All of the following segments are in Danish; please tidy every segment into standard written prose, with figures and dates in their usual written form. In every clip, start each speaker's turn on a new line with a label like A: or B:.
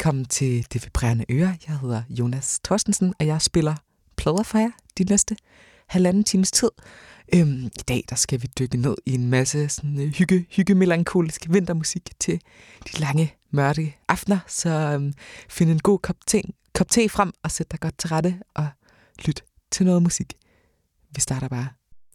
A: Velkommen til Det Vibrerende Øre. Jeg hedder Jonas Thorstensen, og jeg spiller plader for jer de næste halvanden times tid. I dag der skal vi dykke ned i en masse sådan, hygge-melankolisk vintermusik til de lange, mørke aftener. Så find en god kop te frem og sæt dig godt til rette og lyt til noget musik. Vi starter bare.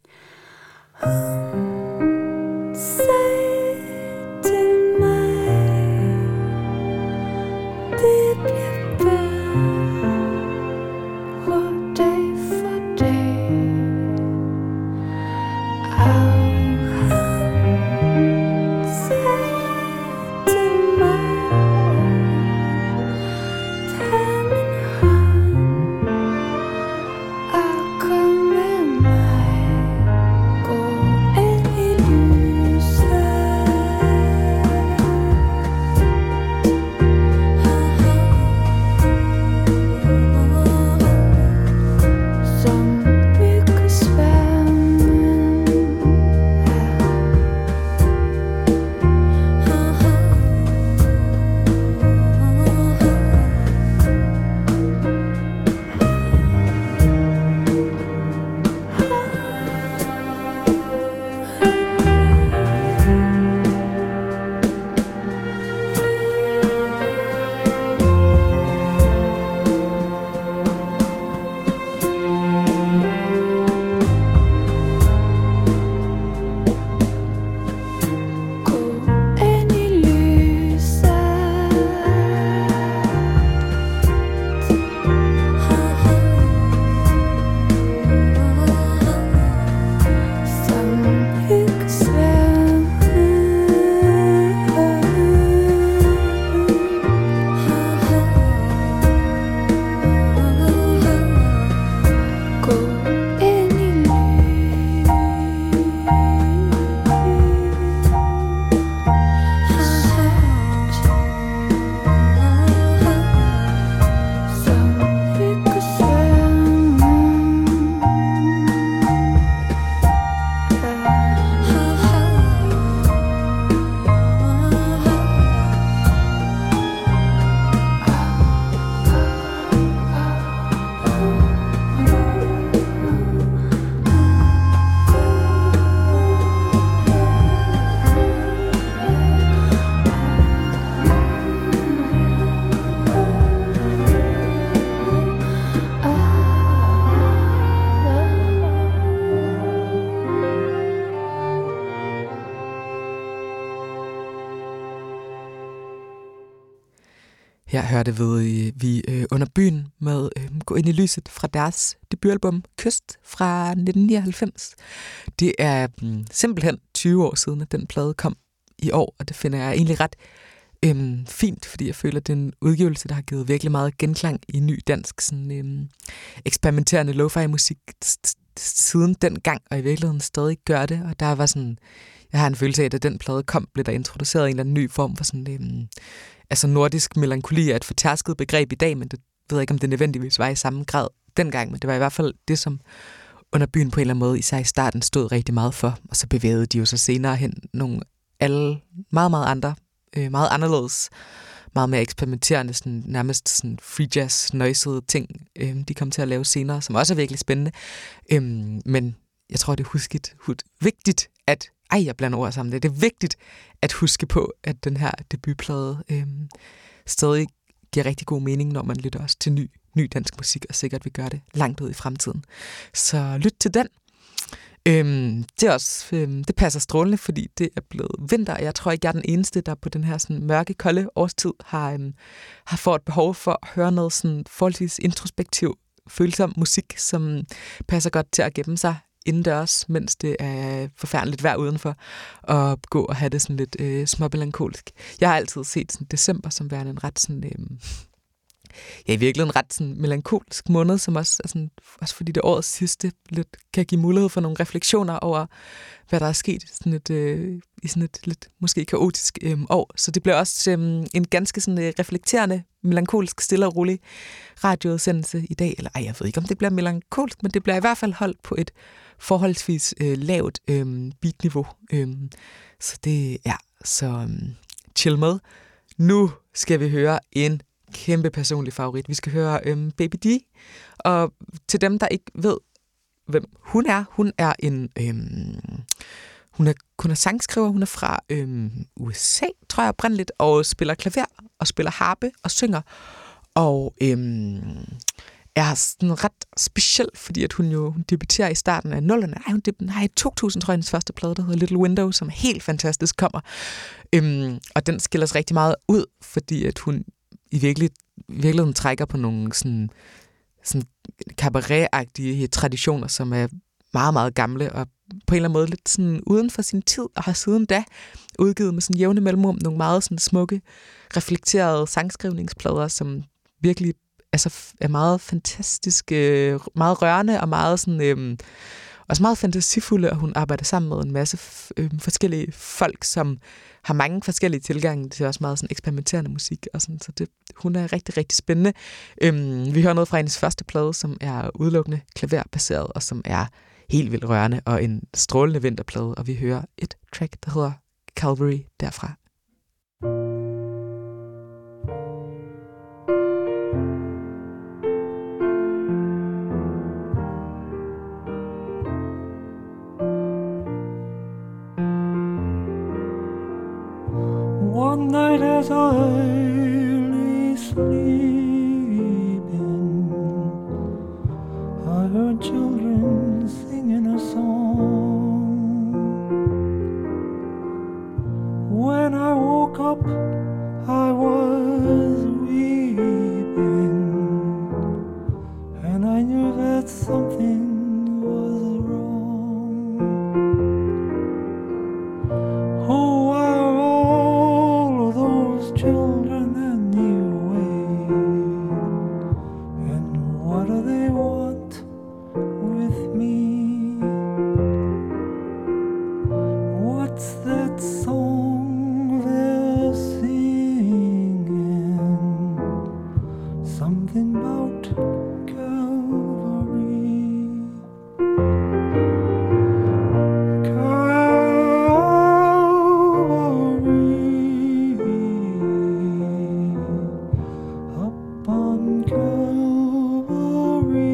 A: Her hørte vi Under byen med Gå ind i lyset fra deres debutalbum Kyst fra 1999. Det er simpelthen 20 år siden, at den plade kom i år, og det finder jeg egentlig ret fint, fordi jeg føler, at det er en udgivelse, der har givet virkelig meget genklang i ny dansk sådan, eksperimenterende lo-fi musik siden den gang, og i virkeligheden stadig gør det. Og der var sådan, jeg har en følelse af, at da den plade kom, blev der introduceret en eller anden ny form for sådan altså nordisk melankoli er et fortærsket begreb i dag, men det ved jeg ikke, om det nødvendigvis var i samme grad dengang, men det var i hvert fald det, som Under byen på en eller anden måde, især i starten, stod rigtig meget for, og så bevægede de jo så senere hen nogle meget, meget andre, meget anderledes, meget mere eksperimenterende, sådan, nærmest sådan free jazz, noisede ting, de kom til at lave senere, som også er virkelig spændende. Men jeg tror, det er vigtigt, at jeg blander ord sammen. Det er vigtigt at huske på, at den her debutplade stadig giver rigtig god mening, når man lytter også til ny dansk musik, og sikkert vil gøre det langt ud i fremtiden. Så lyt til den. Det er også, det passer strålende, fordi det er blevet vinter, og jeg tror ikke, jeg er den eneste, der på den her sådan mørke, kolde årstid har fået et behov for at høre noget sådan forholdsvis introspektiv, følsom musik, som passer godt til at gemme sig indendørs, mens det er forfærdeligt vejr udenfor, og gå og have det sådan lidt småmelankolisk. Jeg har altid set sådan december som værende en ret sådan i virkeligheden en ret sådan melankolsk måned, som også er sådan, også fordi det årets sidste lidt kan give mulighed for nogle refleksioner over, hvad der er sket sådan i sådan et lidt måske kaotisk år. Så det bliver også en ganske sådan reflekterende, melankolsk, stille og rolig radioudsendelse i dag. Eller jeg ved ikke, om det bliver melankolsk, men det bliver i hvert fald holdt på et forholdsvis lavt beatniveau. Så det er så chill med. Nu skal vi høre en kæmpe personlig favorit. Vi skal høre Baby D, og til dem, der ikke ved, hvem hun er en... Hun er sangskriver, hun er fra USA, tror jeg oprindeligt, og spiller klaver, og spiller harpe, og synger, og er sådan ret speciel, fordi at hun debuterer i starten af 0'erne. Hun har i 2000, tror jeg, hendes første plade, der hedder Little Window, som er helt fantastisk kommer. Og den skiller sig rigtig meget ud, fordi at hun i virkeligheden trækker på nogle sådan cabaret-agtige traditioner, som er meget, meget gamle, og på en eller anden måde lidt sådan uden for sin tid, og har siden da udgivet med sådan jævne mellemrum nogle meget sådan smukke, reflekterede sangskrivningsplader, som virkelig er meget fantastiske, meget rørende og meget sådan, også meget fantasifulde, og hun arbejder sammen med en masse forskellige folk, som har mange forskellige tilgange til også meget sådan eksperimenterende musik, og sådan, så hun er rigtig, rigtig spændende. Vi hører noget fra hendes første plade, som er udelukkende klaverbaseret, og som er helt vildt rørende, og en strålende vinterplade, og vi hører et track, der hedder Calvary derfra.
B: One night as I lay sleeping, I heard children singing a song. When I woke up, I was weeping, and I knew that something was wrong. Who are all of those children anyway? And what do they want with me? What's that song they're singing? Something about Calvary. Up on Calvary.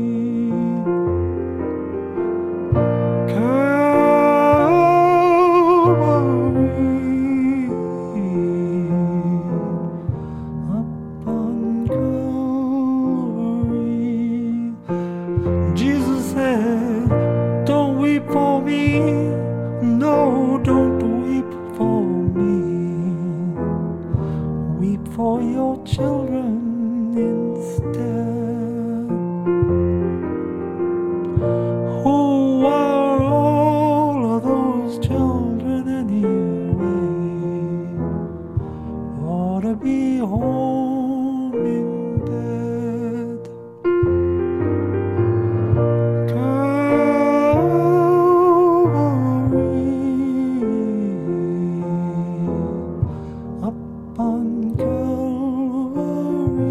B: Jesus said, don't weep for me. No, don't weep for me. Weep for your children instead. Who are all of those children anyway? Ought to be home in bed. Up on Calvary.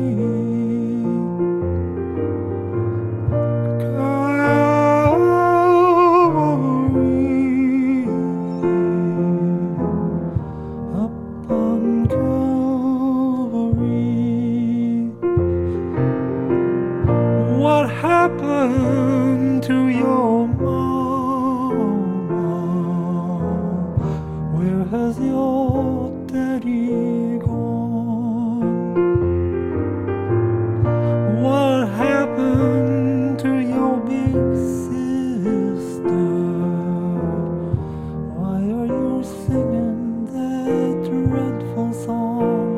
B: Up on Calvary. What happened to your mama? Where has your daddy gone? What happened to your big sister? Why are you singing that dreadful song?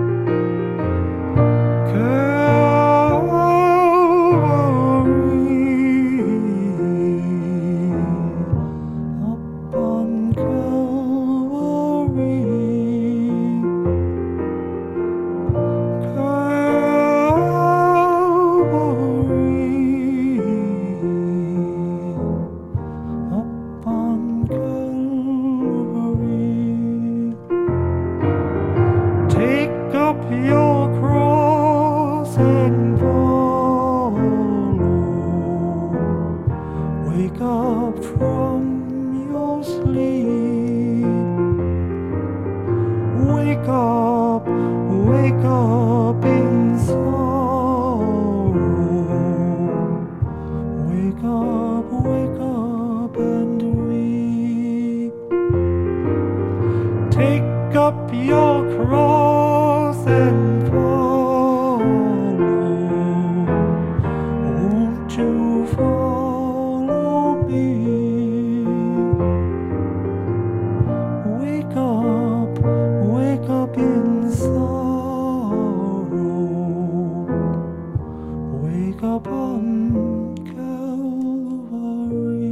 B: Up on Calvary. Up on Calvary. Take up your cross and follow. Wake up from your sleep. Wake up take upon Calvary.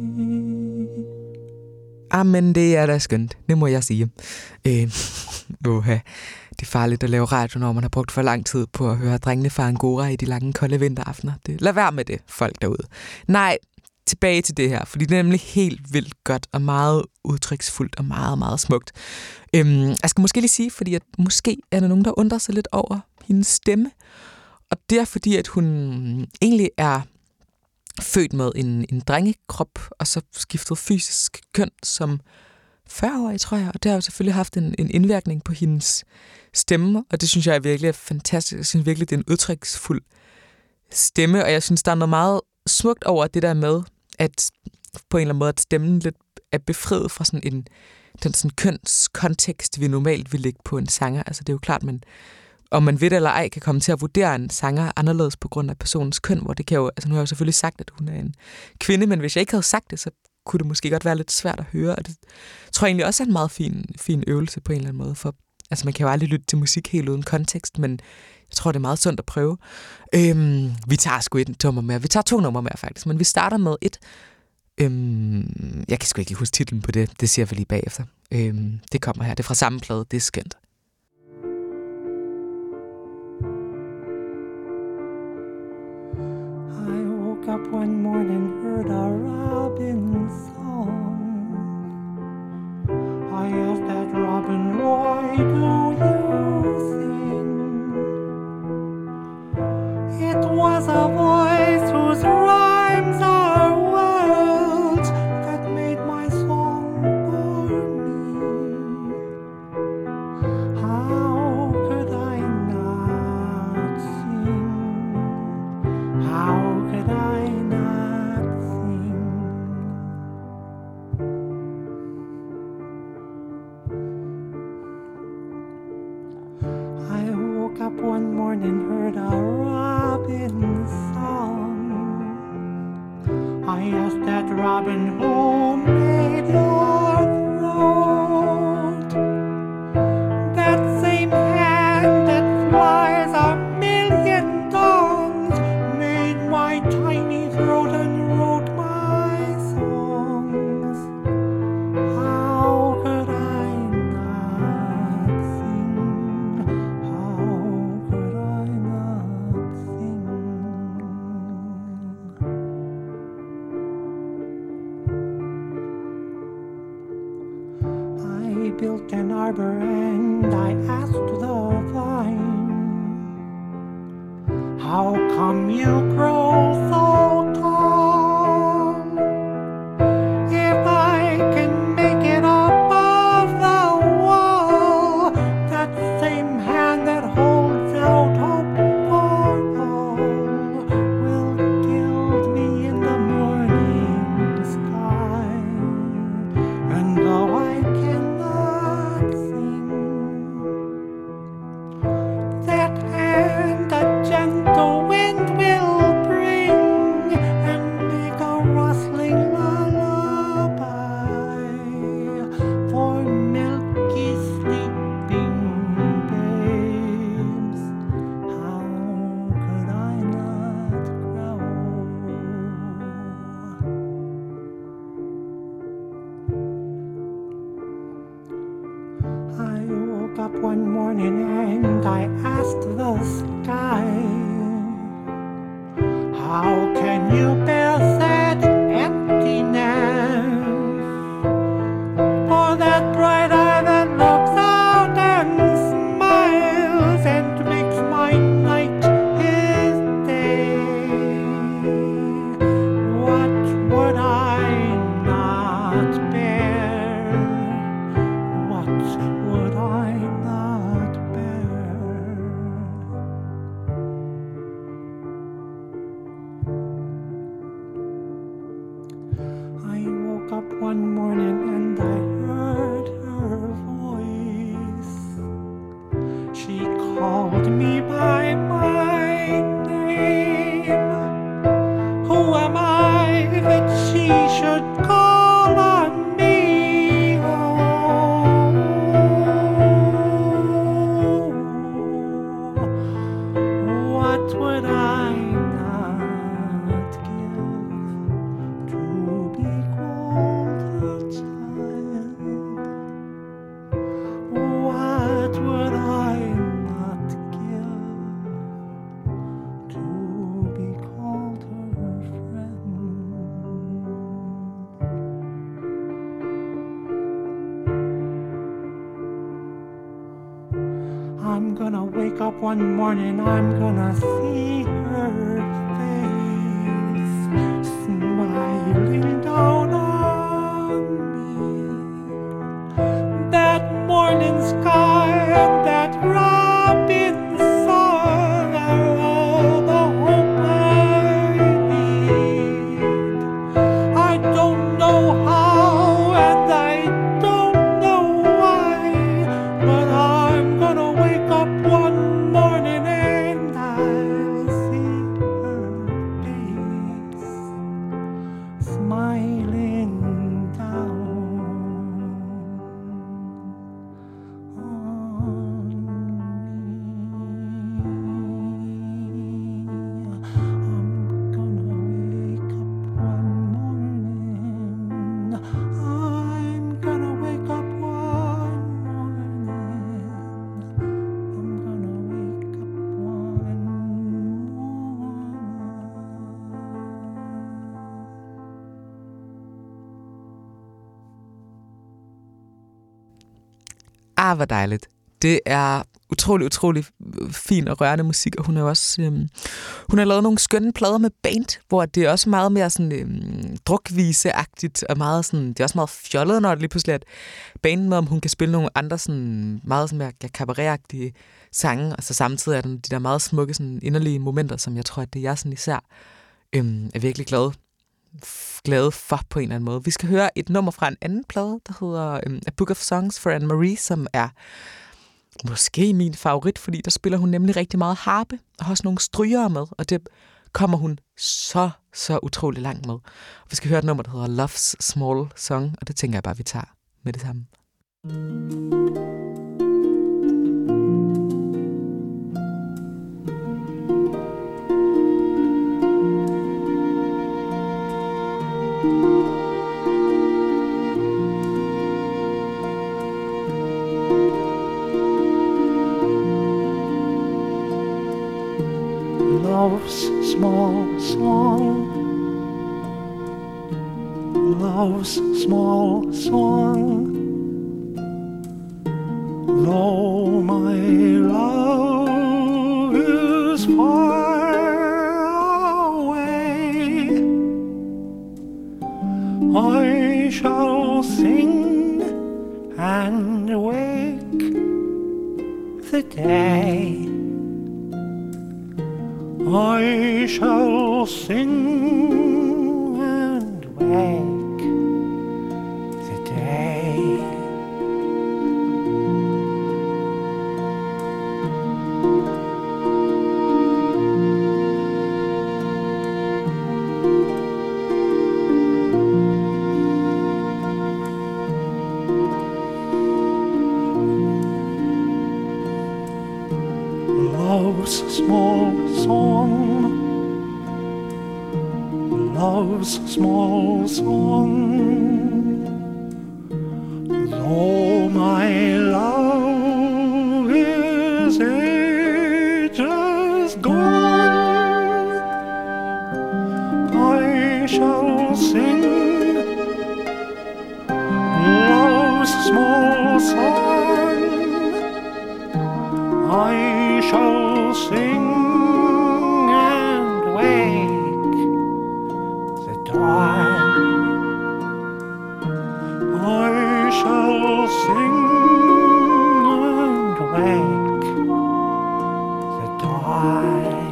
A: Amen, det er da skønt. Det må jeg sige. Det er farligt at lave radio, når man har brugt for lang tid på at høre drengene fra Angora i de lange, kolde vinteraftener. Lad være med det, folk derude. Nej, tilbage til det her, fordi det er nemlig helt vildt godt og meget udtryksfuldt og meget, meget smukt. Jeg skal måske lige sige, fordi at måske er der nogen, der undrer sig lidt over hendes stemme. Og det er fordi, at hun egentlig er født med en drengekrop, og så skiftet fysisk køn som 40-årig, tror jeg. Og det har jo selvfølgelig haft en indvirkning på hendes stemme, og det synes jeg virkelig er fantastisk. Jeg synes virkelig, det er en udtryksfuld stemme, og jeg synes, der er noget meget smukt over det der med, at på en eller anden måde, at stemmen lidt er befriet fra sådan den sådan kønskontekst, vi normalt vil lægge på en sanger. Altså det er jo klart, men om man ved det eller ej, kan komme til at vurdere en sanger anderledes på grund af personens køn, hvor det kan jo, altså nu har jeg jo selvfølgelig sagt, at hun er en kvinde, men hvis jeg ikke havde sagt det, så kunne det måske godt være lidt svært at høre, og det tror jeg egentlig også er en meget fin øvelse på en eller anden måde, for altså man kan jo aldrig lytte til musik helt uden kontekst, men jeg tror, det er meget sundt at prøve. Vi tager sgu et nummer mere. Vi tager 2 numre mere faktisk, men vi starter med et. Jeg kan sgu ikke huske titlen på det. Det siger vi lige bagefter. Det kommer her. Det er fra samme plade. Det er skønt.
B: I woke up one morning, heard a robin song. I asked that robin, why do you sing? It was a voice whose rhymes are words that made my song for me. How could I not sing? How could I not sing? I woke up one morning, heard a robin song. I asked that robin, who made your throat? That same hand that flies a million tongues made my tiny throat and wrote my songs. How could I not sing? How could I not sing? I built an arbor and I asked the vine, how come you grow so tall? If I can make it above the wall, that same hand that holds out hope for all will gild me in the morning sky. And though I cannot sing, that hand a gentle wind will bring and make a rustling lullaby for milky sleeping babes. How could I not grow? I woke up one morning and I asked the sky, how can you bear such emptiness? For that bright eye that looks out and smiles and makes my night his day. What would I not bear? What would I not bear? I woke up one morning and I heard her voice. She called me by my name. Who am I that she should call on me? Oh, what would I not one morning I'm gonna see her face smiling down on me. That morning sky and that robin song are all the hope I need. I don't know how and I don't know why, but I'm gonna wake up one morning and I'll see her face smiling down on me. I'm gonna wake up one morning. I'm gonna wake up one morning. I'm gonna wake up one
A: Ah, hvor dejligt. Det er utrolig fin og rørende musik, og hun er også hun har lavet nogle skønne plader med band, hvor det er også meget mere sådan drukviseagtigt og meget sådan, det er også meget fjollet, når det lige pludselig er et band med, om hun kan spille nogle andre sådan meget sådan mere cabaretagtige sange, og så samtidig er der de der meget smukke sådan inderlige momenter, som jeg tror, at det er jeg sådan især er virkelig glade for på en eller anden måde. Vi skal høre et nummer fra en anden plade, der hedder A Book of Songs for Anne-Marie, som er måske min favorit, fordi der spiller hun nemlig rigtig meget harpe, og har også nogle strygere med, og det kommer hun så utrolig langt med. Og vi skal høre et nummer, der hedder Love's Small Song, og det tænker jeg bare, vi tager med det samme.
B: Love's small song, love's small song. Though my love is far away, I shall sing and wake the day. I shall sing and wake the day. Love's small song, love's small song. Though my love is ages gone, I shall sing love's small song. I shall sing and wake the dawn. I shall sing and wake the dawn.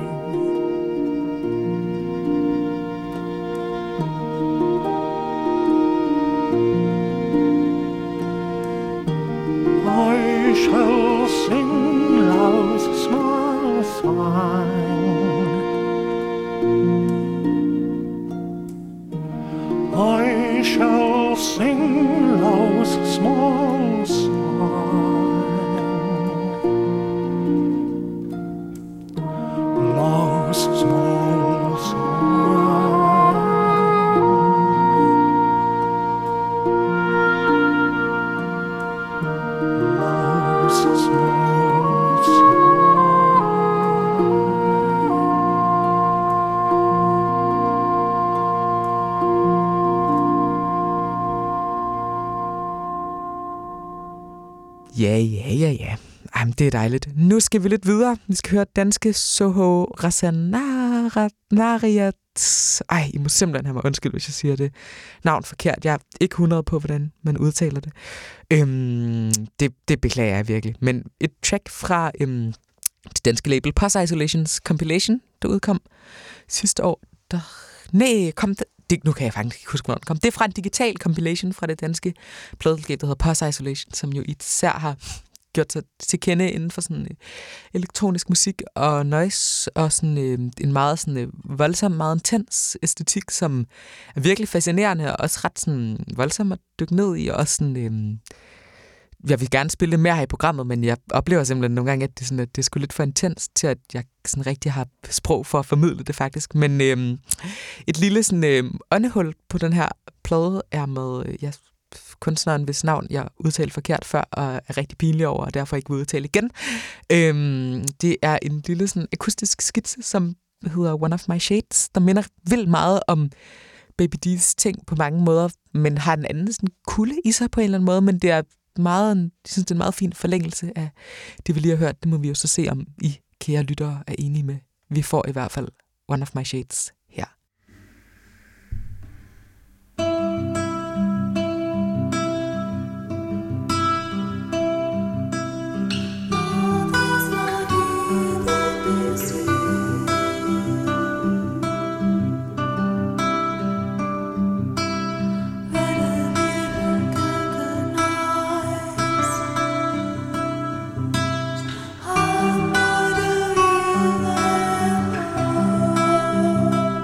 B: I shall sing love's small song. I shall sing love's small song. Love's small song. Love's small song.
A: Ja. Jamen, det er dejligt. Nu skal vi lidt videre. Vi skal høre danske Soho Rasanariat. Ej, I må simpelthen have mig undskyld, hvis jeg siger det navn forkert. Jeg er ikke 100 på, hvordan man udtaler det. Det beklager jeg virkelig. Men et track fra det danske label Pus Isolations Compilation, der udkom sidste år. Nu kan jeg faktisk ikke huske, hvornår den kom. Det er fra en digital compilation fra det danske pladeselskab, der hedder Pus Isolation, som jo især har gjort sig til kende inden for sådan elektronisk musik og noise, og sådan en meget sådan voldsom, meget intens æstetik, som er virkelig fascinerende, og også ret sådan voldsom at dykke ned i, og også sådan jeg vil gerne spille det mere her i programmet, men jeg oplever simpelthen nogle gange, at det er sgu lidt for intens til, at jeg sådan rigtig har sprog for at formidle det faktisk. Men et lille sådan åndehul på den her plade er med kunstneren, hvis navn jeg udtalte forkert før, og er rigtig pinlig over, og derfor ikke vil udtale igen. Det er en lille sådan akustisk skitse, som hedder One of My Shades, der minder vildt meget om Baby D's ting på mange måder, men har en anden sådan kulde i sig på en eller anden måde, men det er jeg synes, det er en meget fin forlængelse af det, vi lige har hørt. Det må vi jo så se, om I, kære lyttere, er enige med. Vi får i hvert fald One of My Shades her.
C: Oh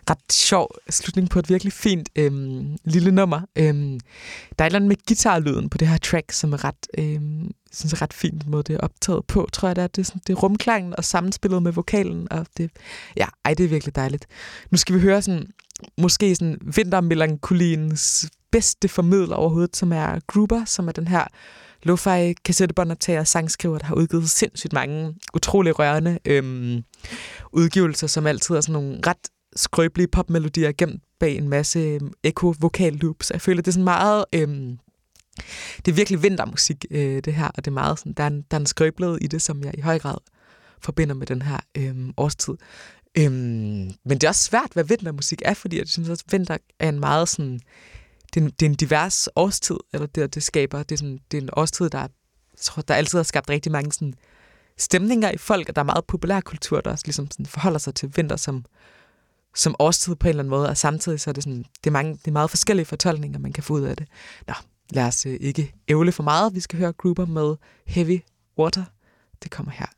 A: ret sjov slutning på et virkelig fint lille nummer. Der er et eller andet med guitarlyden på det her track, som er ret, synes er ret fint måde, det er optaget på, tror jeg. Det er sådan, det er rumklangen og sammenspillet med vokalen, og det er virkelig dejligt. Nu skal vi høre sådan, måske sådan vintermelankoliens bedste formidler overhovedet, som er Gruber, som er den her lo-fi kassettebåndoptager sangskriver, der har udgivet sindssygt mange utrolig rørende udgivelser, som altid er sådan nogle ret skrøbelige popmelodier gemt bag en masse echo-vokal-loops. Jeg føler, det er sådan meget... det er virkelig vintermusik, det her, og det er meget sådan, der er en skrøbelighed i det, som jeg i høj grad forbinder med den her årstid. Men det er også svært, hvad vintermusik er, fordi jeg synes også, at vinter er en meget sådan... Det er en divers årstid, eller det skaber... Det er en årstid, der altid har skabt rigtig mange sådan, stemninger i folk, og der er meget populærkultur, der også ligesom sådan, forholder sig til vinter som årstid på en eller anden måde, og samtidig så er det sådan, det er meget forskellige fortolkninger, man kan få ud af det. Nå, lad os ikke ævle for meget. Vi skal høre Gruber med Heavy Water. Det kommer her.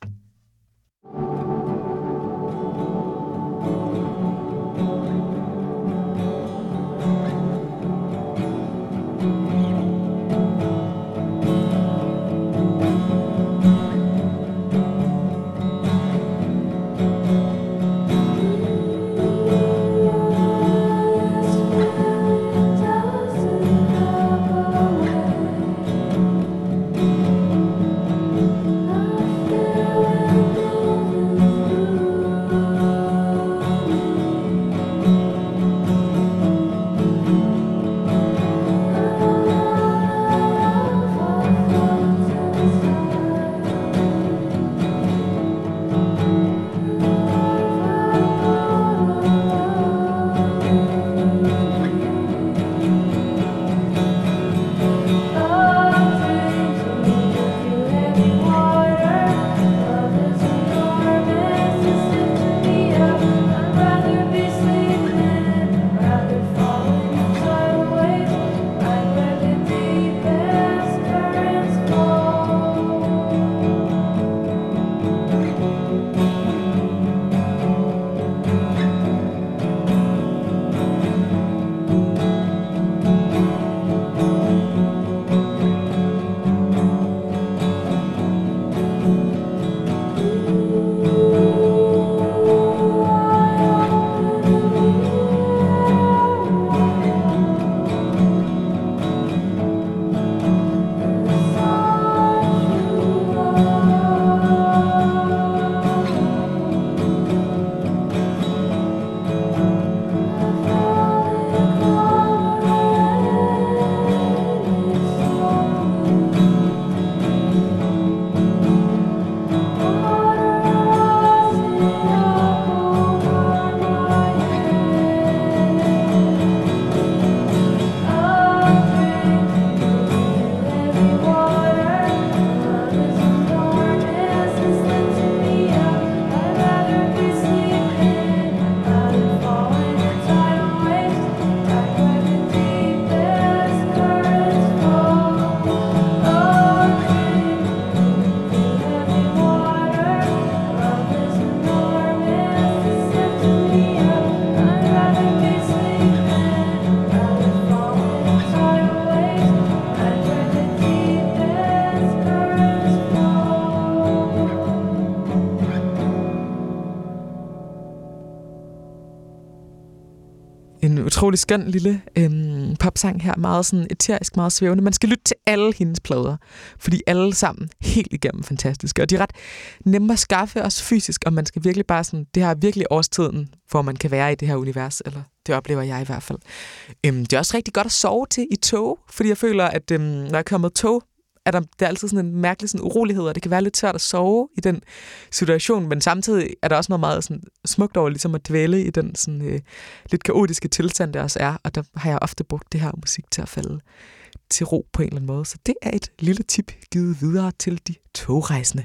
A: Utrolig skøn lille popsang her, meget sådan eterisk, meget svævende. Man skal lytte til alle hendes plader, fordi alle sammen helt igennem fantastiske, og de er ret nemme at skaffe, også fysisk, og man skal virkelig bare sådan, det her virkelig årstiden, hvor man kan være i det her univers, eller det oplever jeg i hvert fald. Det er også rigtig godt at sove til i tog, fordi jeg føler, at når jeg kommer med tog, der er altid sådan en mærkelig sådan urolighed, og det kan være lidt svært at sove i den situation, men samtidig er der også noget meget sådan smukt over ligesom at dvæle i den sådan, lidt kaotiske tilstand, der også er, og der har jeg ofte brugt det her musik til at falde til ro på en eller anden måde. Så det er et lille tip givet videre til de togrejsende.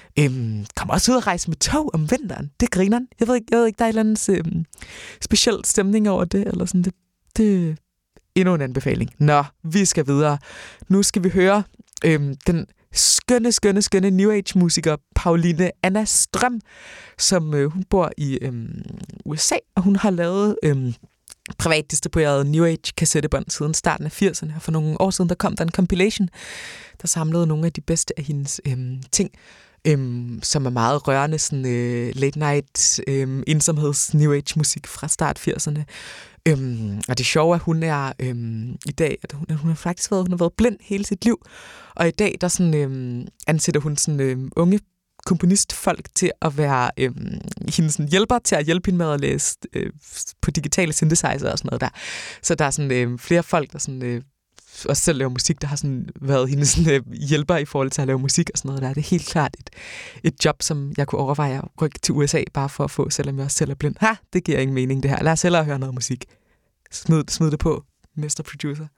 A: Kom også ud og rejse med tog om vinteren. Det griner. Jeg ved ikke, der er et eller andet speciel stemning over det, eller sådan det endnu en anbefaling. Nå, vi skal videre. Nu skal vi høre den skønne New Age-musiker, Pauline Anna Strøm, som hun bor i USA, og hun har lavet privat distribueret New Age-kassettebånd siden starten af 80'erne, og for nogle år siden, der kom der en compilation, der samlede nogle af de bedste af hendes ting, som er meget rørende, sådan late night, ensomheds New Age-musik fra start 80'erne. Og det sjove er, at hun er i dag, at hun har været blind hele sit liv, og i dag, der sådan, ansætter hun sådan unge komponistfolk til at være hendes sådan, hjælper til at hjælpe hende med at læse på digitale synthesizer og sådan noget der. Så der er sådan flere folk, der sådan også selv laver musik, der har sådan været hendes sådan, hjælper i forhold til at lave musik og sådan noget der. Det er helt klart et job, som jeg kunne overveje at rykke til USA bare for at få, selvom jeg også selv er blind. Det giver ingen mening det her. Lad os hellere høre noget musik. Smid det på, Mr. Producer.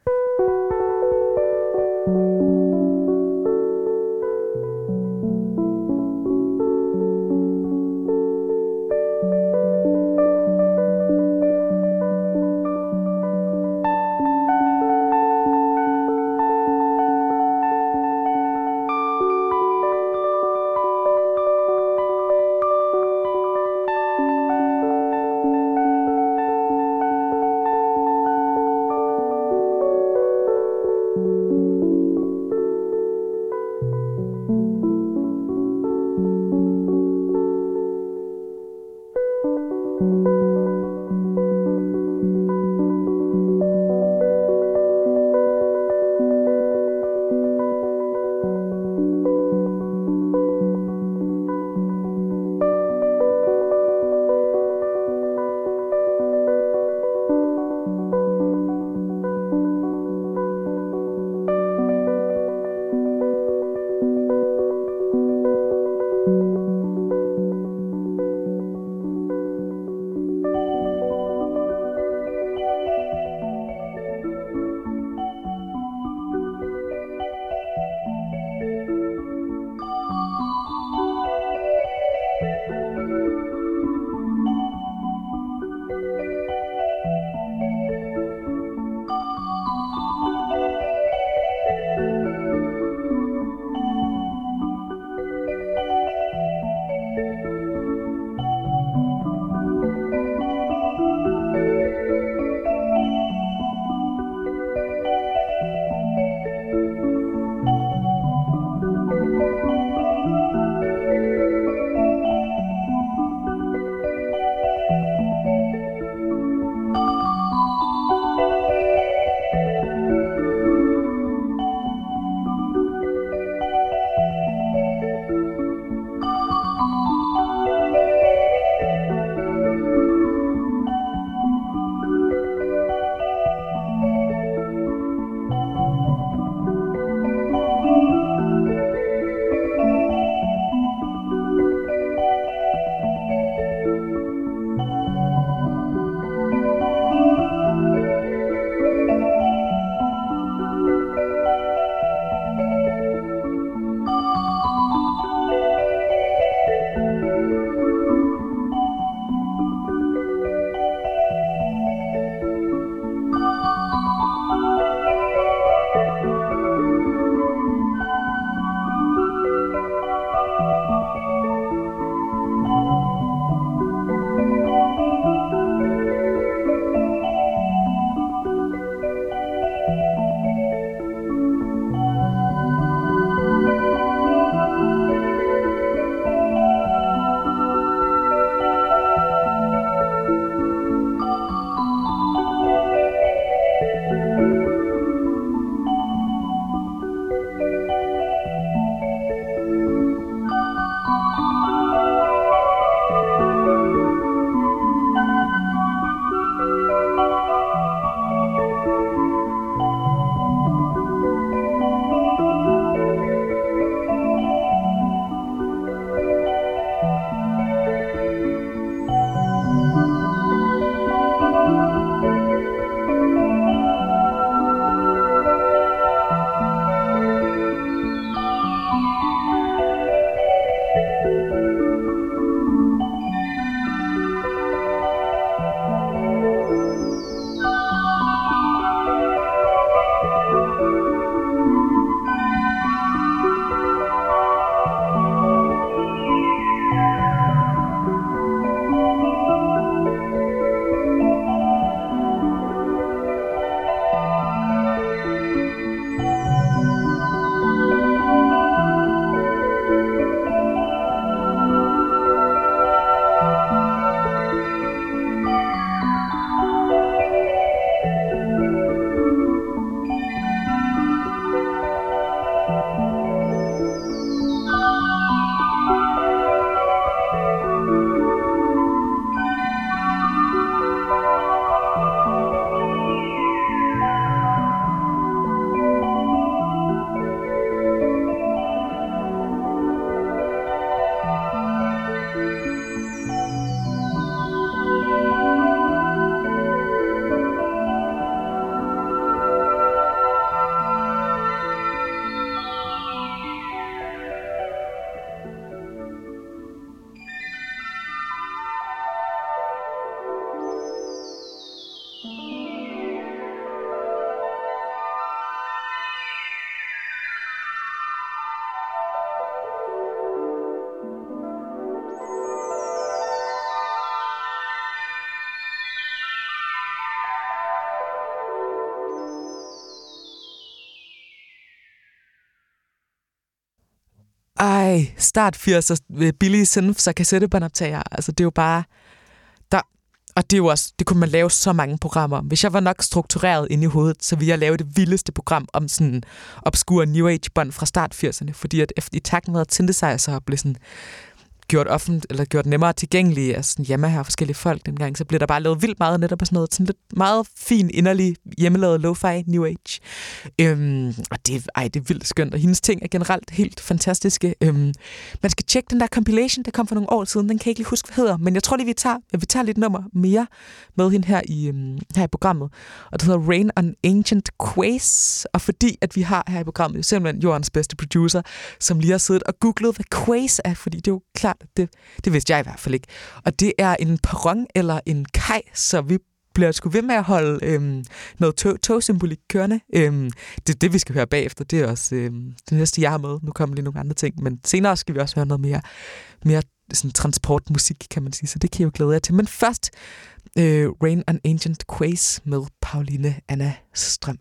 A: start 80'er billige synths og kassettebåndoptager. Altså, det er jo bare... Og det er jo også, det kunne man lave så mange programmer. Hvis jeg var nok struktureret inde i hovedet, så ville jeg lave det vildeste program om sådan obskure New Age-bånd fra start 80'erne. Fordi at i takt med, at synthesizer blev sådan gjort nemmere tilgængelige af sådan Yamaha og forskellige folk dengang, så blev der bare lavet vildt meget netop af sådan noget, sådan lidt meget fin, inderlig, hjemmelavet lo-fi New Age. Og det er vildt skønt, og hendes ting er generelt helt fantastiske. Man skal tjekke den der compilation, der kom for nogle år siden, den kan jeg ikke lige huske, hvad hedder, men jeg tror lige, vi tager lidt nummer mere med hende her i programmet, og det hedder Rain on Ancient Quays, og fordi at vi har her i programmet simpelthen jordens bedste producer, som lige har siddet og googlet, hvad quays er, fordi det er jo klart, det vidste jeg i hvert fald ikke. Og det er en perron eller en kaj, så vi bliver sgu ved med at holde noget togsymbolik kørende. Det er det, vi skal høre bagefter. Det er også det næste, jeg har med. Nu kommer lige nogle andre ting, men senere skal vi også høre noget mere sådan transportmusik, kan man sige. Så det kan jeg jo glæde jer til. Men først Rain on Ancient Quays med Pauline Anna Strøm.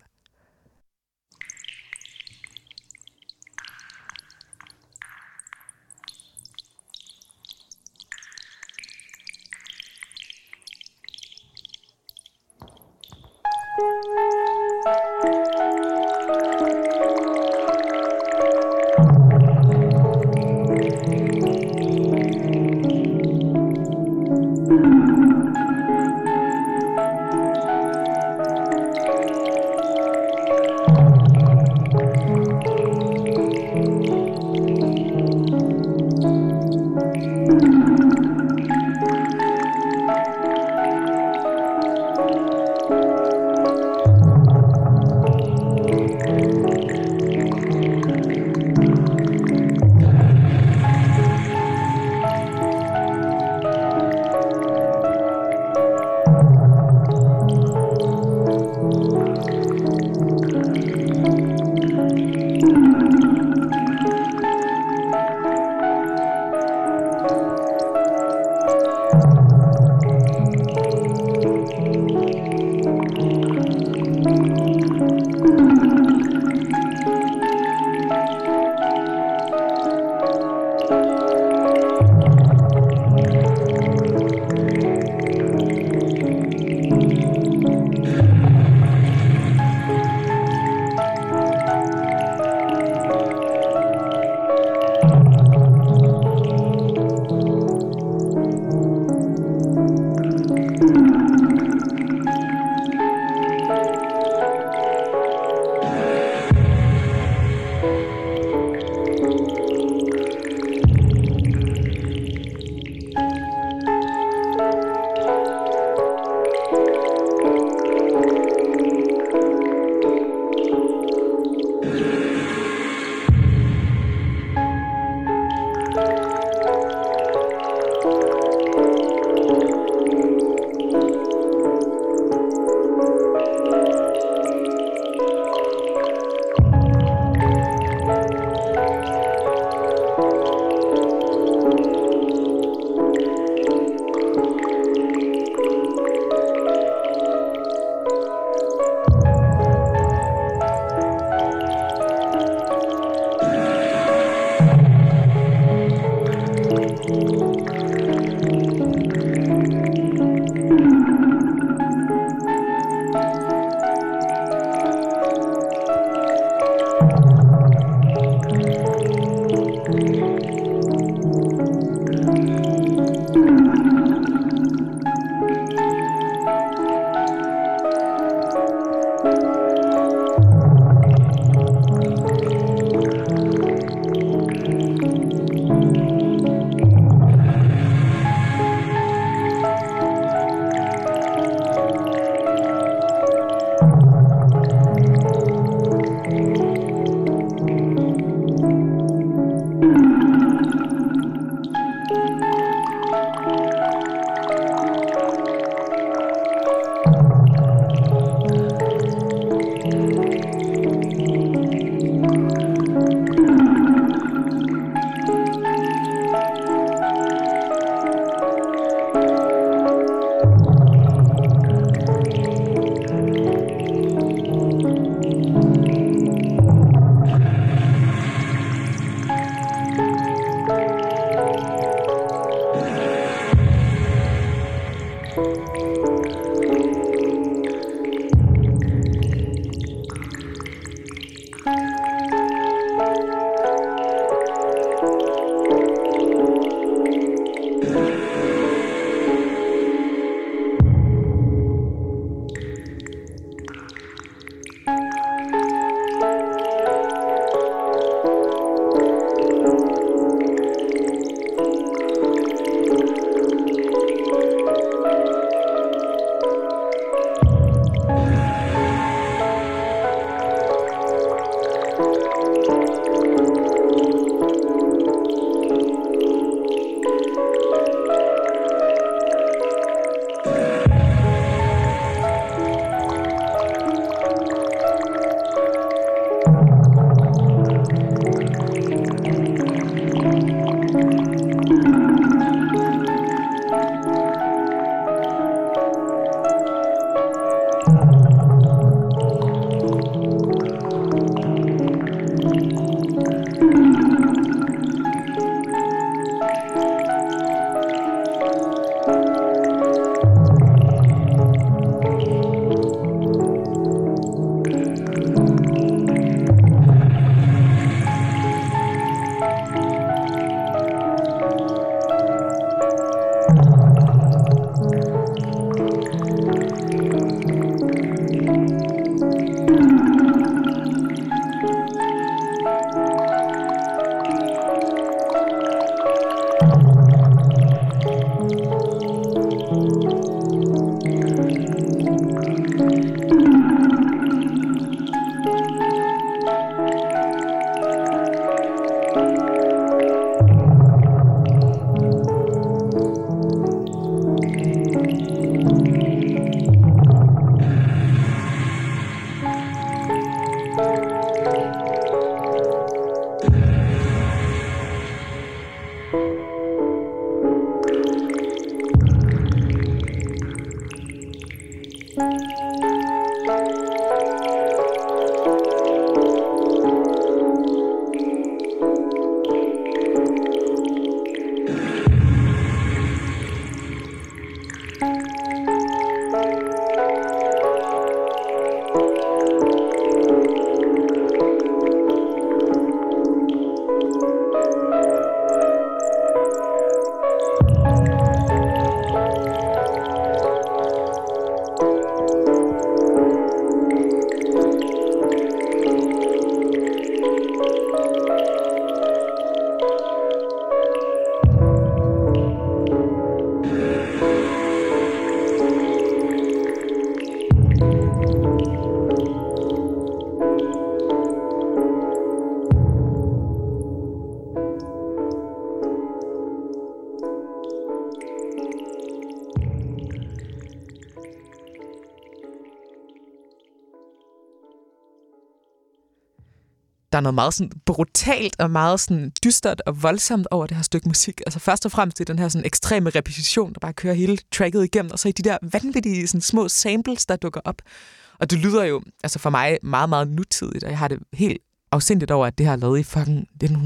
A: Der er noget meget sådan brutalt og meget sådan dystert og voldsomt over det her stykke musik. Altså først og fremmest det er den her sådan ekstreme repetition, der bare kører hele tracket igennem, og så i de der vanvittige sådan små samples, der dukker op. Og det lyder jo altså for mig meget, meget nutidigt, og jeg har det helt afsindigt over, at det her er lavet i fucking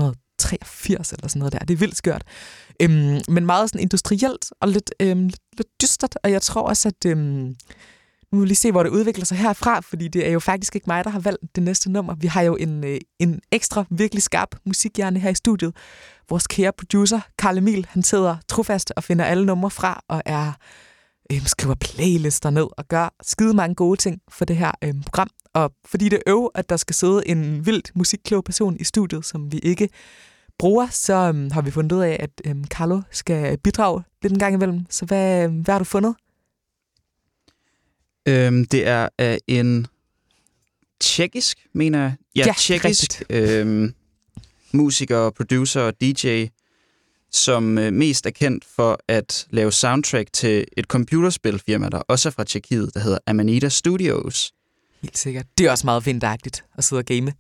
A: 1983 eller sådan noget der. Det er vildt skørt. Men meget sådan industrielt og lidt dystert, og jeg tror også, at nu må vi lige se, hvor det udvikler sig herfra, fordi det er jo faktisk ikke mig, der har valgt det næste nummer. Vi har jo en ekstra, virkelig skarp musikhjerne her i studiet. Vores kære producer, Karl Emil, han sidder trofast og finder alle numre fra, og skriver playlister ned og gør skide mange gode ting for det her program. Og fordi det er at der skal sidde en vildt musikklog person i studiet, som vi ikke bruger, så har vi fundet ud af, at Carlo skal bidrage lidt en gang imellem. Så hvad har du fundet?
C: Det er af en tjekkisk, mener jeg. Ja, tjekkisk musiker, producer og DJ, som mest er kendt for at lave soundtrack til et computerspilfirma, der også er fra Tjekkiet, der hedder Amanita Studios.
A: Helt sikkert. Det er også meget vinteragtigt at sidde og game.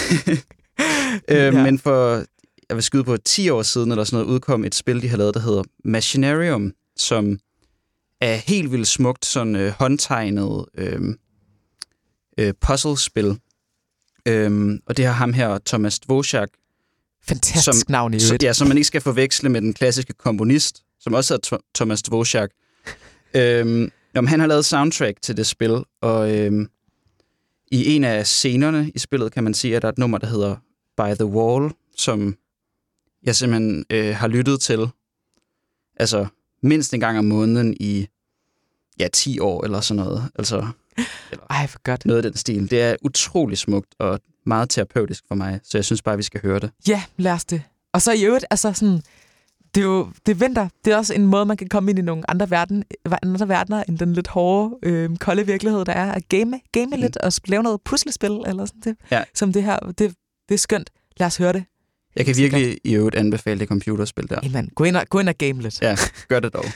C: Men for, jeg vil skyde på 10 år siden, eller sådan noget, udkom et spil, de har lavet, der hedder Machinarium, som er helt vildt smukt, sådan håndtegnet puzzlespil. Og det har ham her, Thomas Dvořák.
A: Fantastisk navn i øvrigt.
C: Ja, som man ikke skal forveksle med den klassiske komponist, som også hedder Thomas Dvořák. Han har lavet soundtrack til det spil, og i en af scenerne i spillet kan man sige, at der er et nummer, der hedder By the Wall, som jeg simpelthen har lyttet til. Altså mindst en gang om måneden i 10 år eller sådan noget. Altså,
A: ej, for godt.
C: Noget af den stil. Det er utrolig smukt og meget terapeutisk for mig, så jeg synes bare, vi skal høre det.
A: Ja, lad os det. Og så i øvrigt, altså sådan, det er vinter. Det er også en måde, man kan komme ind i nogle andre verdener end den lidt hårde, kolde virkelighed, der er at game lidt og lave noget puslespil eller sådan det.
C: Ja.
A: Som det her, det er skønt. Lad os høre det.
C: Jeg kan virkelig i øvrigt anbefale det computerspil der.
A: Hey, gå ind og game lidt.
C: Ja, gør det dog.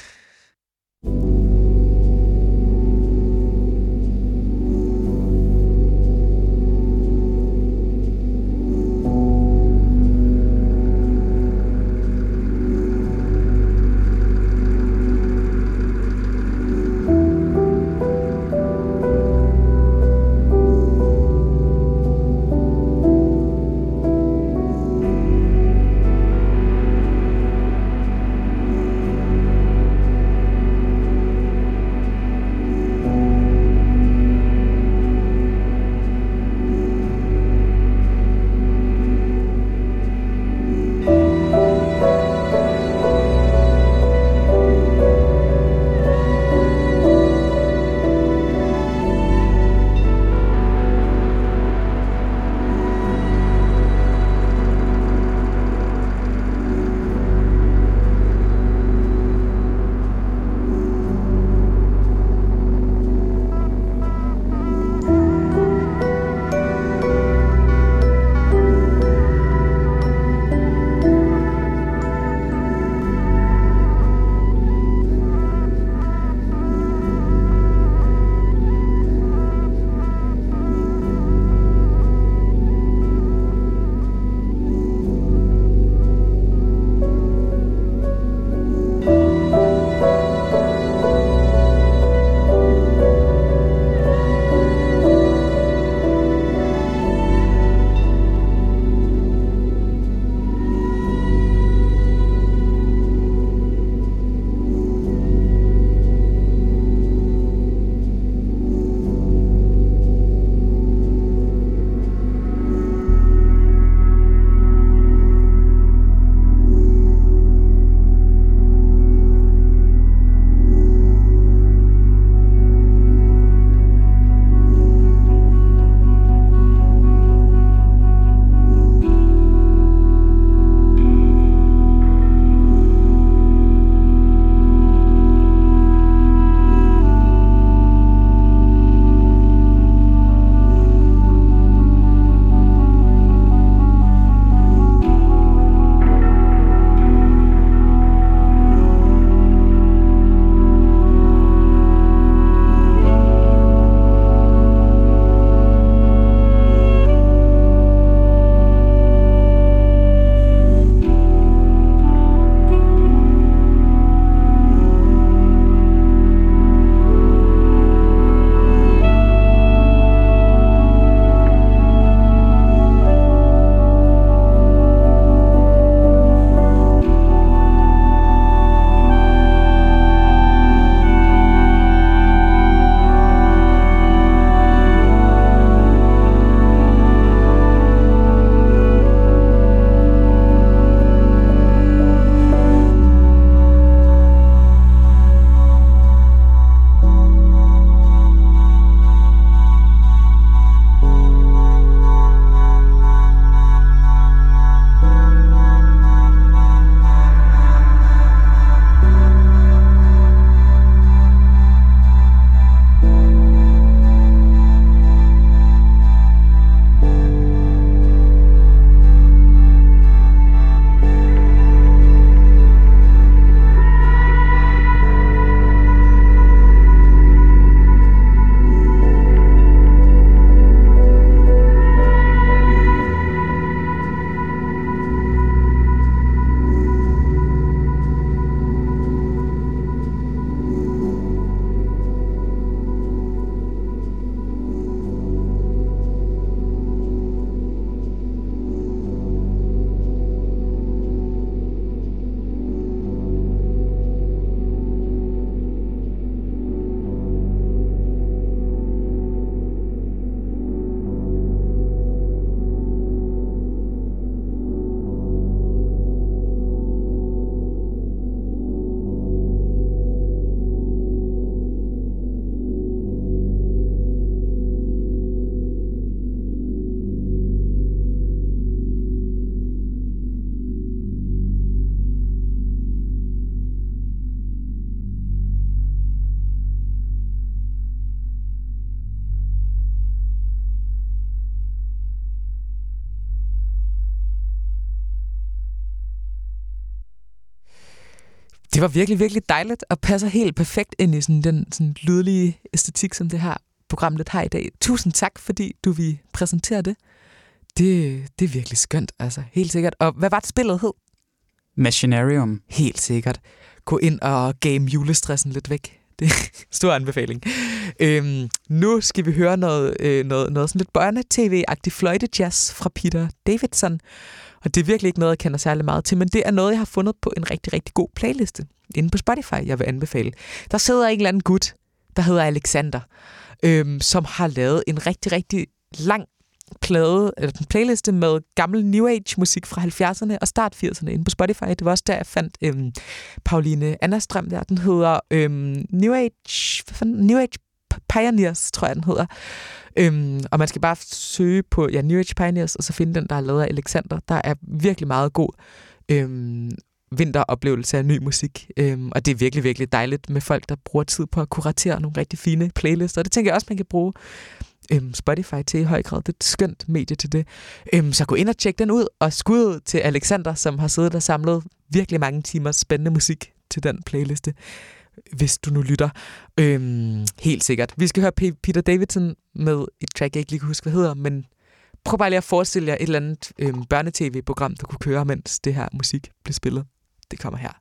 A: Det var virkelig, virkelig dejligt og passer helt perfekt ind i sådan den sådan lydlige æstetik, som det her program lidt har i dag. Tusind tak, fordi du vil præsentere det. Det er virkelig skønt, altså. Helt sikkert. Og hvad var det spillet hed?
C: Machinarium.
A: Helt sikkert. Gå ind og game julestressen lidt væk. Det er en stor anbefaling. Nu skal vi høre noget sådan lidt børne-tv-agtig fløjte-jazz fra Peter Davidson. Og det er virkelig ikke noget, jeg kender særlig meget til, men det er noget, jeg har fundet på en rigtig, rigtig god playliste inde på Spotify, jeg vil anbefale. Der sidder en eller anden gut, der hedder Alexander, som har lavet en rigtig, rigtig lang playliste med gammel New Age-musik fra 70'erne og start 80'erne inde på Spotify. Det var også der, jeg fandt Pauline Annastrøm der. Den hedder New Age Pioneers, tror jeg, den hedder. Og man skal bare søge på New Age Pioneers, og så finde den, der er lavet af Alexander. Der er virkelig meget god vinteroplevelse af ny musik. Og det er virkelig, virkelig dejligt med folk, der bruger tid på at kuratere nogle rigtig fine playlister. Og det tænker jeg også, man kan bruge Spotify til i høj grad. Det er et skønt medie til det. Så gå ind og tjek den ud, og skud til Alexander, som har siddet og samlet virkelig mange timers spændende musik til den playliste, hvis du nu lytter. Helt sikkert. Vi skal høre Peter Davidson med et track, jeg ikke lige kan huske, hvad hedder, men prøv bare lige at forestille jer et eller andet børnetv-program, der kunne køre, mens det her musik blev spillet. Det kommer her.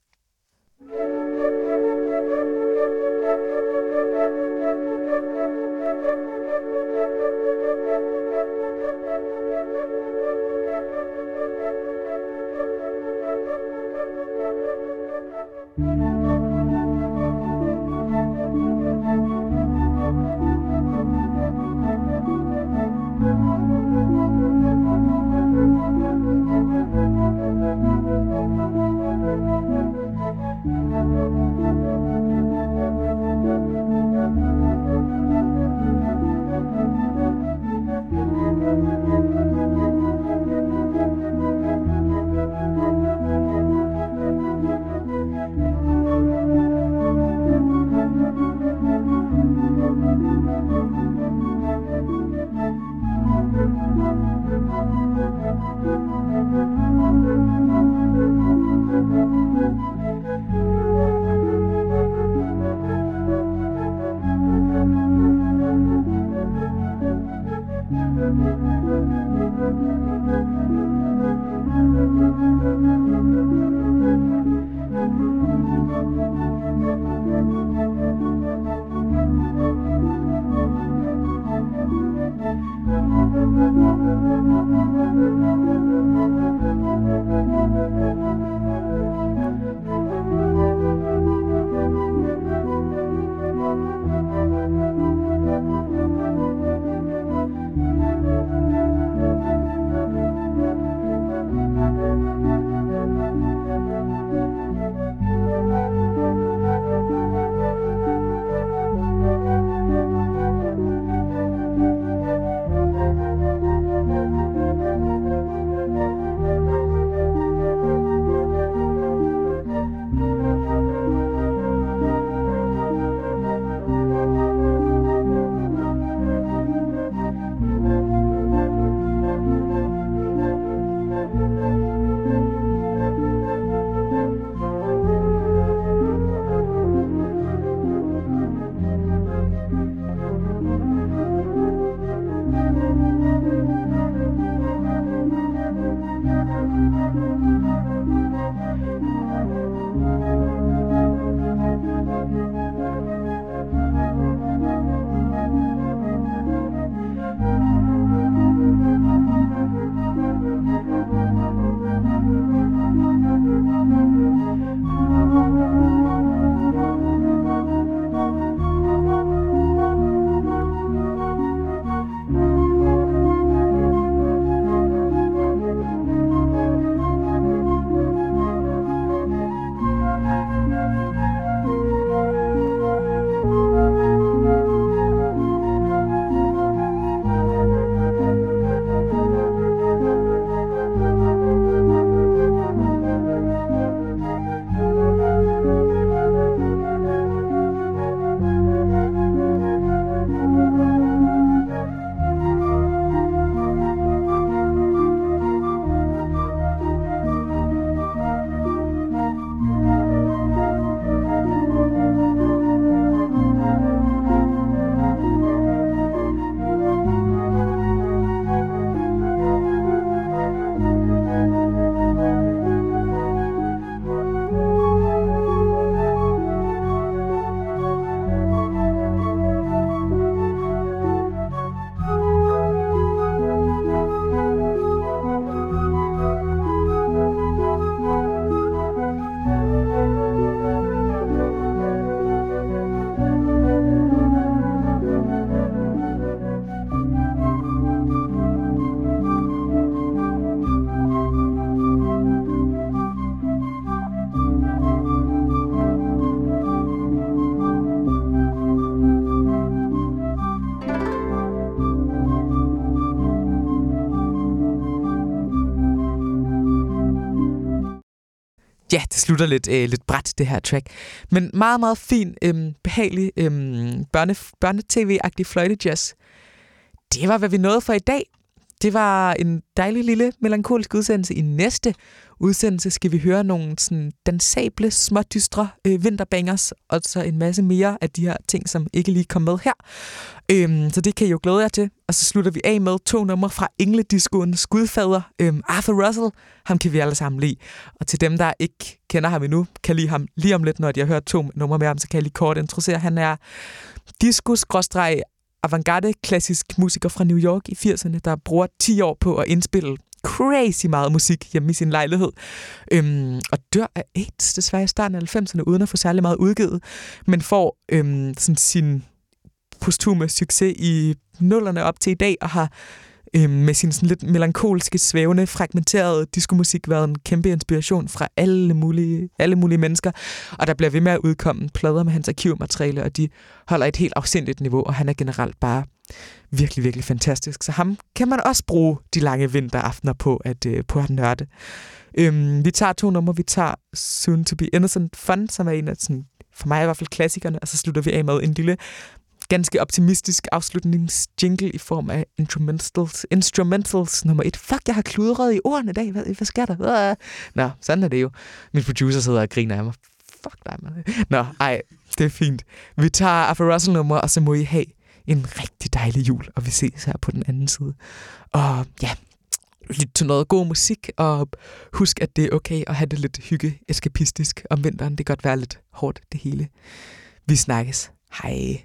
A: ja, det slutter lidt brat, det her track. Men meget, meget fin, behagelig, børnetv-agtig fløjtejazz. Det var, hvad vi nåede for i dag. Det var en dejlig lille melankolisk udsendelse. I næste udsendelse skal vi høre nogle sådan dansable, smådystre vinterbangers, og så en masse mere af de her ting, som ikke lige kom med her. Så det kan I jo glæde jer til. Og så slutter vi af med 2 numre fra Englediscoens gudfader, Arthur Russell. Ham kan vi alle sammen lide. Og til dem, der ikke kender ham endnu, kan lide ham lige om lidt, når de har hørt 2 numre med ham, så kan jeg lige kort introducere. Han er disco-avantgarde klassisk musiker fra New York i 80'erne, der bruger 10 år på at indspille crazy meget musik hjemme i sin lejlighed. Og dør af AIDS desværre i starten af 90'erne, uden at få særlig meget udgivet, men får sådan sin posthume succes i 0'erne op til i dag, og har med sin sådan lidt melankolske, svævende, fragmenterede diskomusik været en kæmpe inspiration fra alle mulige mennesker. Og der bliver ved med at udkomme plader med hans arkivmateriale, og de holder et helt afsindigt niveau, og han er generelt bare virkelig, virkelig fantastisk. Så ham kan man også bruge de lange vinteraftener på at nørde. Vi tager 2 numre. Vi tager Soon to be Innocent Fun, som er en af, sådan, for mig i hvert fald, klassikerne, og så slutter vi af med en lille ganske optimistisk afslutningsjingle i form af instrumentals nummer 1. Fuck, jeg har kludret i ordene i dag. Hvad sker der? Nå, sådan er det jo. Min producer sidder og griner af mig. Fuck dig, man. Nå, ej, det er fint. Vi tager Arthur Russell nummer, og så må I have en rigtig dejlig jul, og vi ses her på den anden side. Og ja, lyt til noget god musik, og husk, at det er okay at have det lidt hygge-eskapistisk om vinteren. Det kan godt være lidt hårdt, det hele. Vi snakkes. Hej.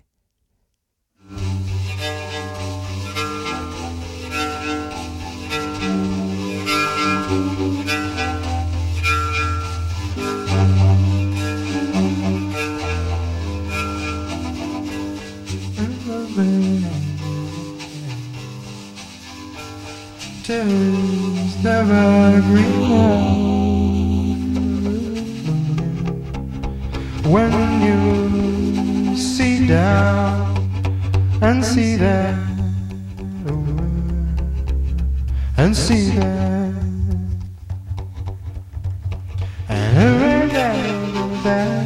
B: Tis never greener when you see down and see that and see that and every day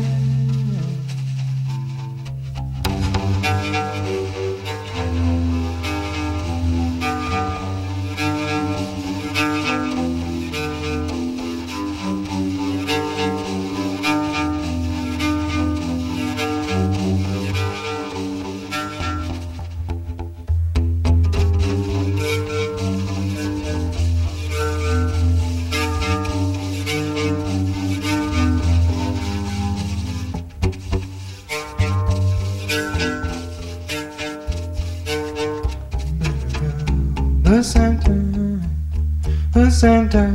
B: the center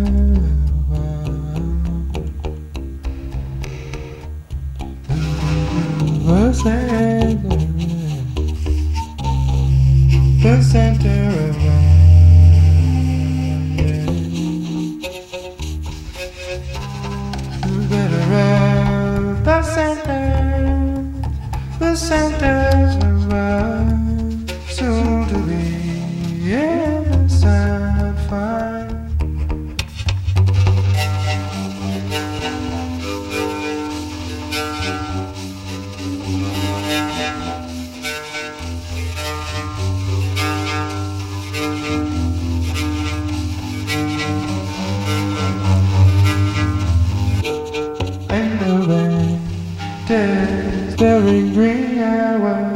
B: of the centers of soon to be innocent fun. And the wind is very green hour.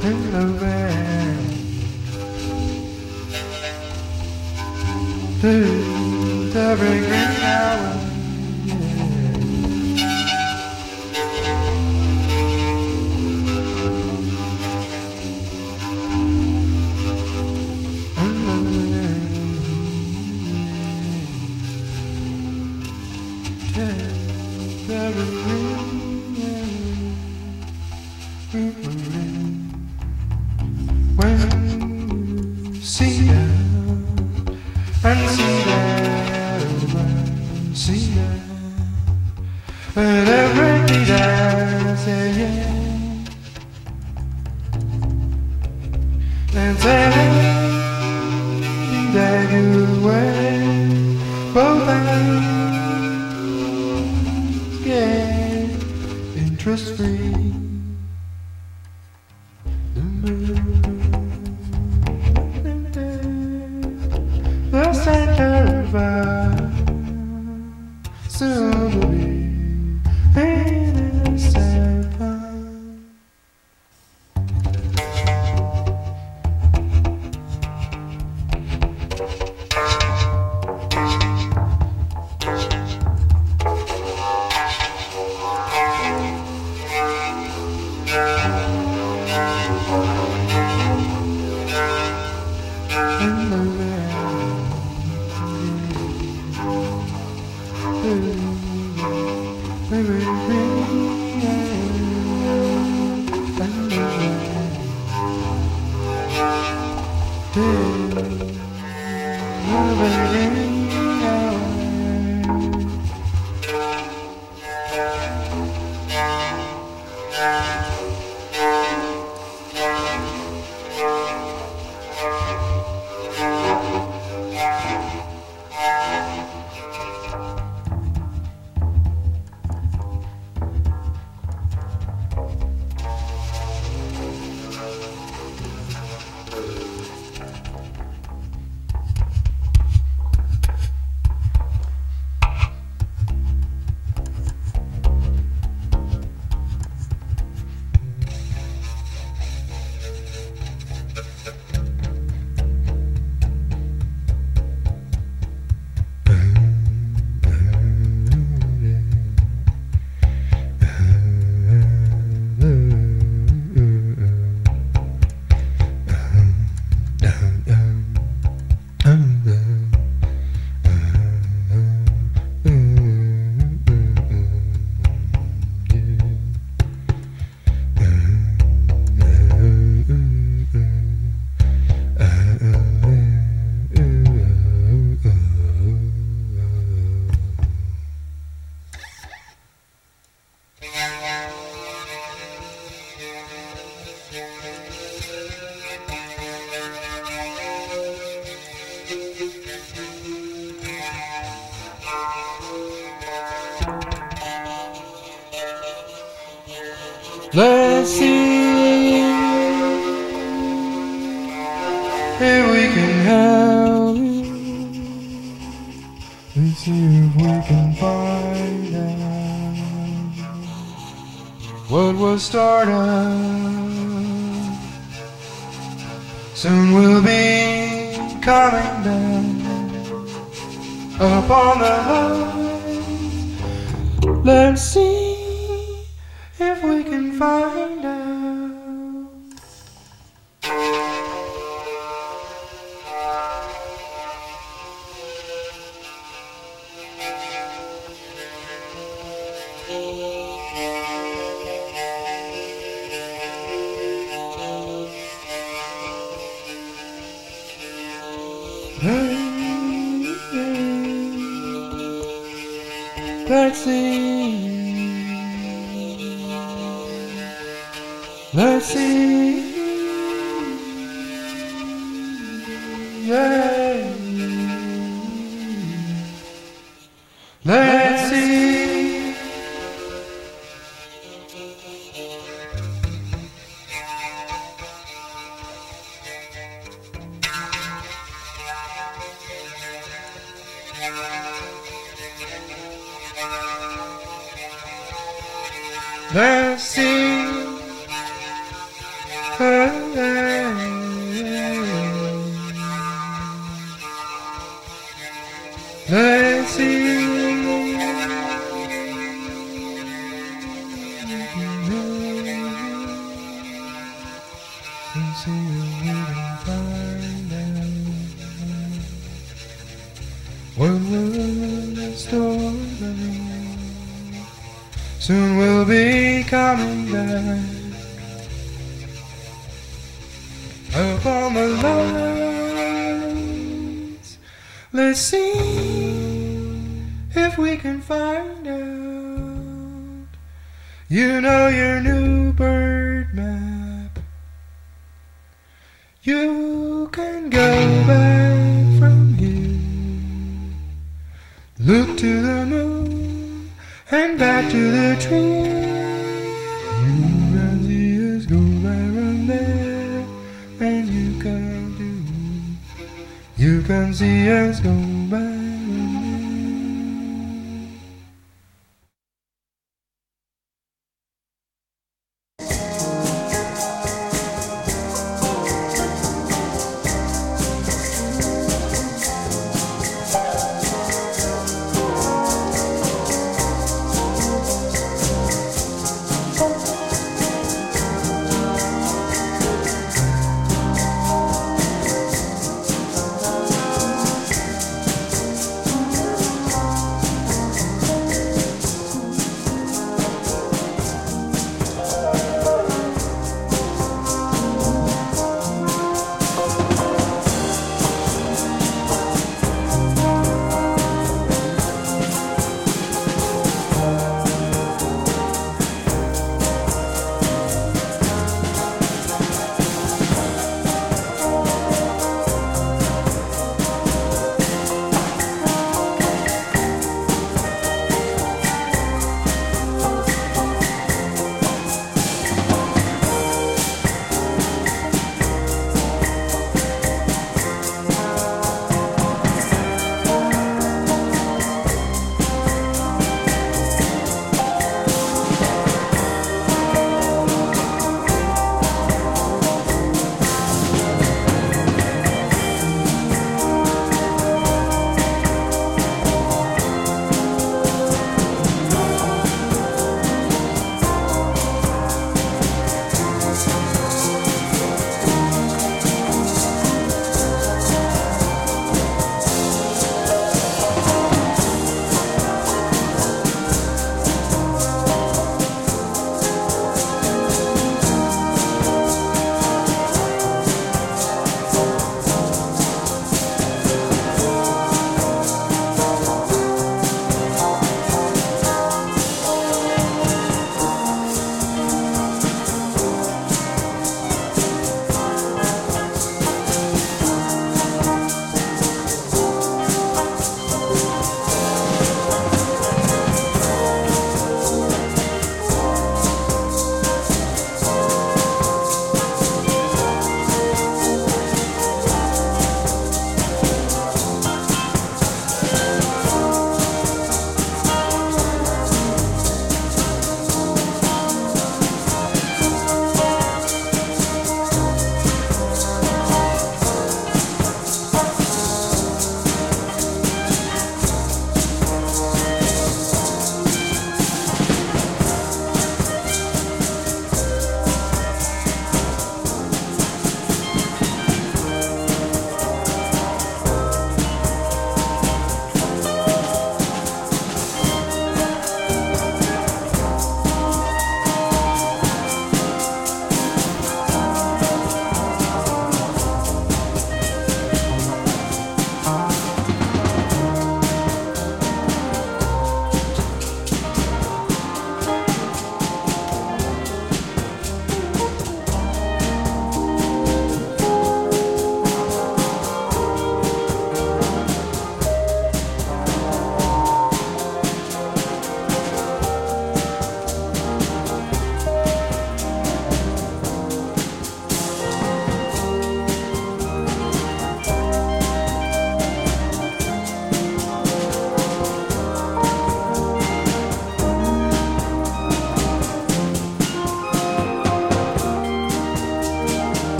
B: in the bed. To every great hour. But every day I say yeah, and say that you way both hands get interest free. The center of our soon to be. Let's see if we can help you. Let's see if we can find out what was started. Soon we'll be coming down upon the line. Let's see if we can find out. Let's see. Let's see, yeah. Let's see. Let's see. and see if we can find out what will restore the room. Soon we'll be coming back up on the lights. Let's see if we can find out. You know your new bird map. You can go back from here. Look to the moon and back to the tree. You can see us go right from there, and you can see us go